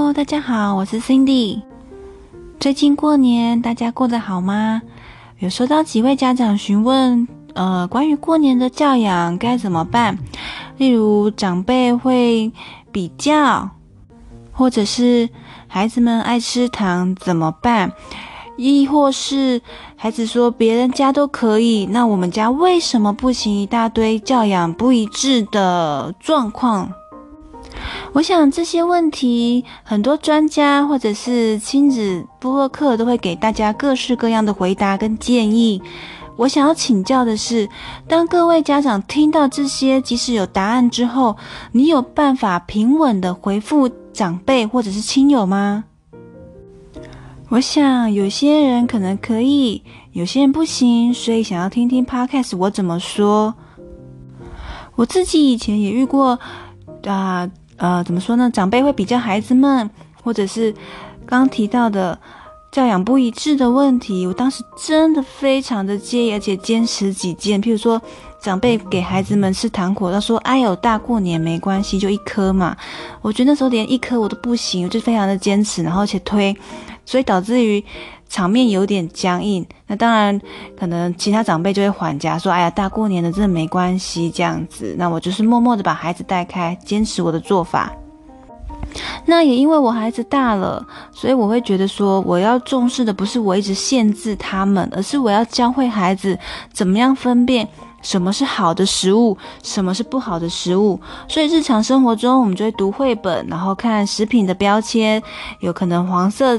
Hello， 大家好，我是 Cindy。最近过年大家过得好吗？有收到几位家长询问关于过年的教养该怎么办，例如长辈会比较，或者是孩子们爱吃糖怎么办，亦或是孩子说别人家都可以，那我们家为什么不行，一大堆教养不一致的状况。我想这些问题很多专家或者是亲子部落客都会给大家各式各样的回答跟建议。我想要请教的是，当各位家长听到这些即使有答案之后，你有办法平稳的回复长辈或者是亲友吗？我想有些人可能可以，有些人不行，所以想要听听 podcast 我怎么说。我自己以前也遇过怎么说呢？长辈会比较孩子们，或者是刚提到的教养不一致的问题，我当时真的非常的介意，而且坚持己见。譬如说，长辈给孩子们吃糖果，他说：“哎呦，大过年没关系，就一颗嘛。”我觉得那时候连一颗我都不行，我就非常的坚持，然后而且推，所以导致于场面有点僵硬。那当然，可能其他长辈就会缓颊说：“哎呀，大过年的真的没关系。”这样子，那我就是默默的把孩子带开，坚持我的做法。那也因为我孩子大了，所以我会觉得说，我要重视的不是我一直限制他们，而是我要教会孩子怎么样分辨什么是好的食物，什么是不好的食物。所以日常生活中我们就会读绘本，然后看食品的标签，有可能黄色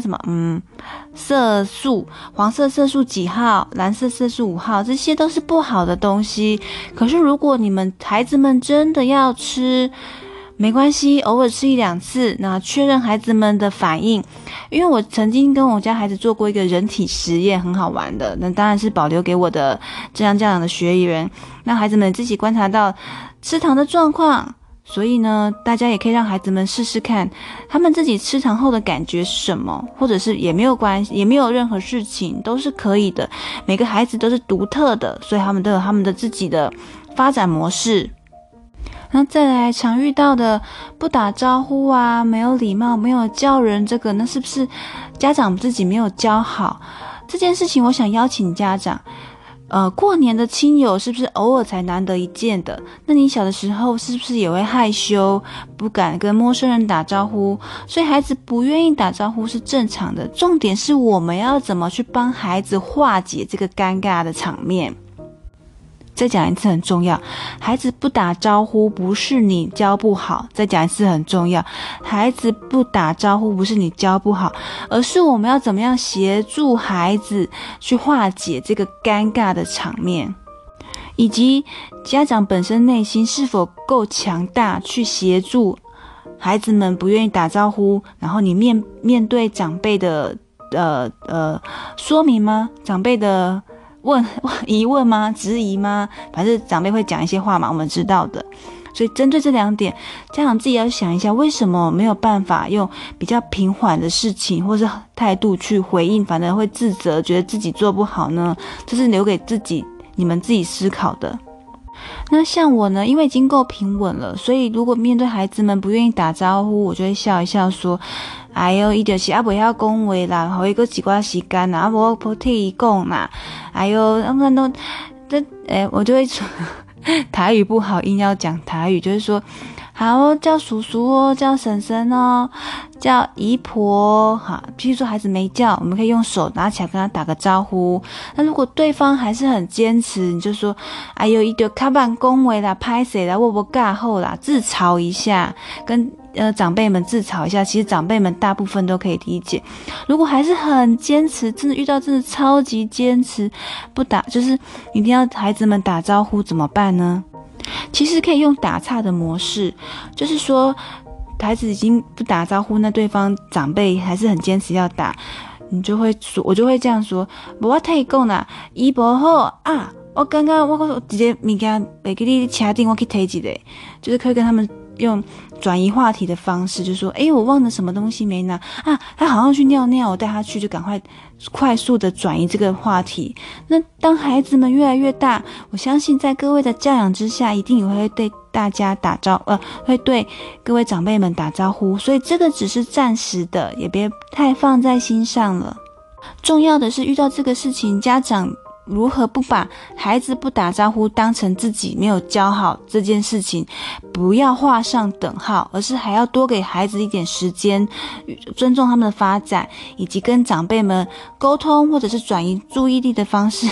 色素，黄色色素几号，蓝色色素5号，这些都是不好的东西。可是如果你们孩子们真的要吃，没关系，偶尔吃1-2次，那确认孩子们的反应。因为我曾经跟我家孩子做过一个人体实验，很好玩的，那当然是保留给我的这样教养的学员，让孩子们自己观察到吃糖的状况。所以呢，大家也可以让孩子们试试看，他们自己吃糖后的感觉是什么，或者是也没有关系，也没有任何事情，都是可以的。每个孩子都是独特的，所以他们都有他们的自己的发展模式。那再来常遇到的不打招呼啊，没有礼貌，没有叫人，这个那是不是家长自己没有教好？这件事情我想邀请家长，过年的亲友是不是偶尔才难得一见的？那你小的时候是不是也会害羞，不敢跟陌生人打招呼？所以孩子不愿意打招呼是正常的，重点是我们要怎么去帮孩子化解这个尴尬的场面。再讲一次很重要，孩子不打招呼不是你教不好，再讲一次很重要，孩子不打招呼不是你教不好，而是我们要怎么样协助孩子去化解这个尴尬的场面，以及家长本身内心是否够强大去协助孩子们不愿意打招呼，然后你面对长辈的说明吗？长辈的疑问吗？质疑吗？反正长辈会讲一些话嘛，我们知道的。所以针对这2点，家长自己要想一下，为什么没有办法用比较平缓的事情或是态度去回应，反而会自责，觉得自己做不好呢？这是留给你们自己思考的。那像我呢，因为已经够平稳了，所以如果面对孩子们不愿意打招呼，我就会笑一笑说：“哎呦，伊就是不晓讲话啦，互伊搁一寡时间啦，无替伊讲啦。哎呦，我就会说台语不好，硬要讲台语，就是说好哦，叫叔叔哦，叫婶婶哦，叫姨婆哈。譬如说孩子没叫，我们可以用手拿起来跟他打个招呼。那如果对方还是很坚持，你就说：哎呦，伊就卡板恭维啦，拍谁啦，我不尬后啦，自嘲一下，跟长辈们自嘲一下。其实长辈们大部分都可以理解。如果还是很坚持，真的遇到真的超级坚持不打，就是一定要孩子们打招呼怎么办呢？其实可以用打岔的模式，就是说孩子已经不打招呼，那对方长辈还是很坚持要打，我就会这样说：我替你讲啦，医不好啊，我刚刚我直接物件袂记你车顶，我去提一个，就是可以跟他们用转移话题的方式，就说我忘了什么东西没拿啊，他好像去尿尿，我带他去，就赶快快速的转移这个话题。那当孩子们越来越大，我相信在各位的教养之下，一定也会对大家会对各位长辈们打招呼，所以这个只是暂时的，也别太放在心上了。重要的是遇到这个事情，家长如何不把孩子不打招呼当成自己没有教好这件事情，不要画上等号，而是还要多给孩子一点时间，尊重他们的发展，以及跟长辈们沟通，或者是转移注意力的方式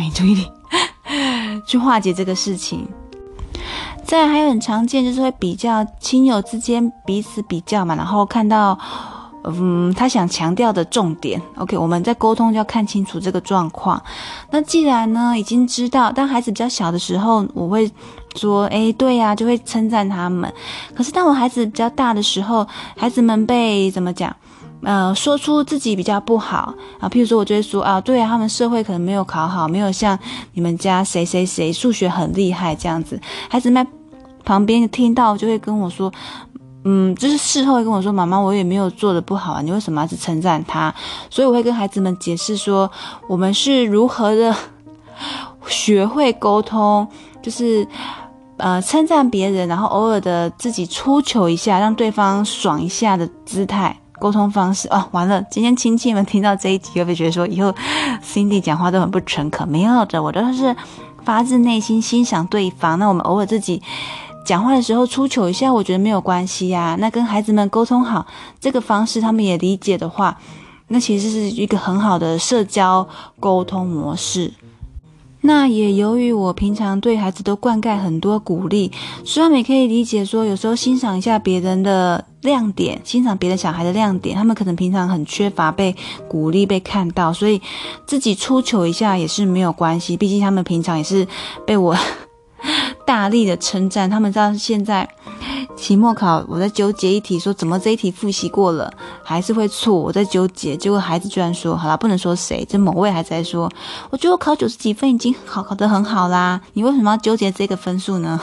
去化解这个事情。再来还有很常见，就是会比较亲友之间彼此比较嘛，然后看到他想强调的重点 OK， 我们在沟通就要看清楚这个状况。那既然呢已经知道，当孩子比较小的时候，我会说对啊，就会称赞他们。可是当我孩子比较大的时候，孩子们被怎么讲说出自己比较不好啊，譬如说我就会说对啊，他们社会可能没有考好，没有像你们家谁谁谁数学很厉害这样子。孩子们旁边听到就会跟我说就是事后会跟我说，妈妈我也没有做得不好啊，你为什么要去称赞他？所以我会跟孩子们解释说，我们是如何的学会沟通，就是称赞别人，然后偶尔的自己出糗一下，让对方爽一下的姿态沟通方式。完了，今天亲戚们听到这一集会不会觉得说以后 Cindy 讲话都很不诚恳？没有的，我都是发自内心欣赏对方，那我们偶尔自己讲话的时候出糗一下，我觉得没有关系啊。那跟孩子们沟通好这个方式，他们也理解的话，那其实是一个很好的社交沟通模式。那也由于我平常对孩子都灌溉很多鼓励，所以他们也可以理解说，有时候欣赏一下别人的亮点，欣赏别的小孩的亮点，他们可能平常很缺乏被鼓励被看到，所以自己出糗一下也是没有关系，毕竟他们平常也是被我大力的称赞。他们知道现在期末考我在纠结一题，说怎么这一题复习过了还是会错，我在纠结，结果孩子居然说，好啦，不能说谁，这某位孩子在说，我觉得我考90几分已经考得很好啦，你为什么要纠结这个分数呢？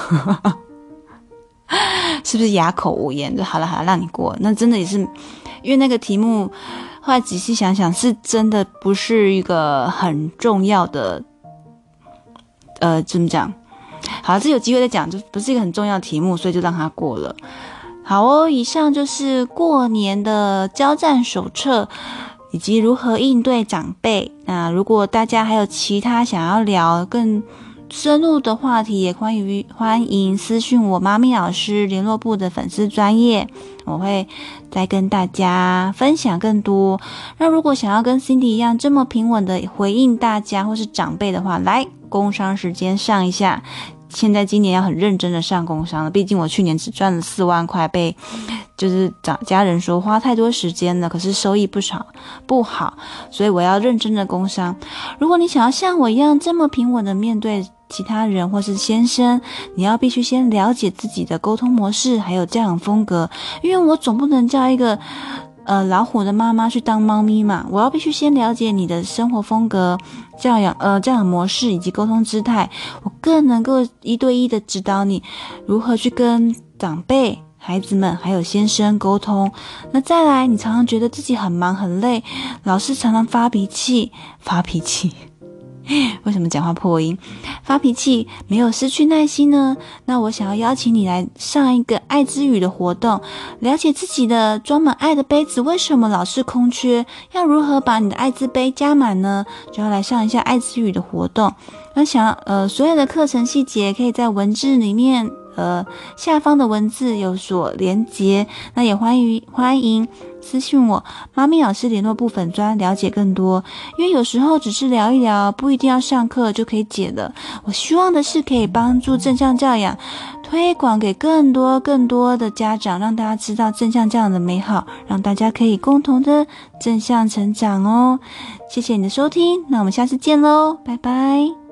是不是哑口无言？就好了让你过。那真的也是因为那个题目后来仔细想想，是真的不是一个很重要的怎么讲，好，这有机会再讲，就不是一个很重要的题目，所以就让他过了。好以上就是过年的交战手册以及如何应对长辈。那如果大家还有其他想要聊更深入的话题，也欢迎私讯我妈咪老师联络部的粉丝专页，我会再跟大家分享更多。那如果想要跟 Cindy 一样这么平稳的回应大家或是长辈的话，来工商时间上一下。现在今年要很认真的上工商了，毕竟我去年只赚了4万块，被就是家人说花太多时间了，可是收益不好，所以我要认真的工商。如果你想要像我一样这么平稳的面对其他人或是先生，你要必须先了解自己的沟通模式还有教养风格，因为我总不能叫一个老虎的妈妈去当猫咪嘛，我要必须先了解你的生活风格、教养模式以及沟通姿态，我更能够1对1的指导你如何去跟长辈、孩子们还有先生沟通。那再来，你常常觉得自己很忙很累，老是常常发脾气为什么讲话破音？发脾气没有失去耐心呢？那我想要邀请你来上一个爱之语的活动，了解自己的装满爱的杯子为什么老是空缺，要如何把你的爱之杯加满呢？就要来上一下爱之语的活动。那所有的课程细节可以在文字里面下方的文字有所连结，那也欢迎私讯我妈咪老师联络部粉专了解更多，因为有时候只是聊一聊，不一定要上课就可以解的。我希望的是可以帮助正向教养推广给更多的家长，让大家知道正向教养的美好，让大家可以共同的正向成长哦。谢谢你的收听，那我们下次见咯，拜拜。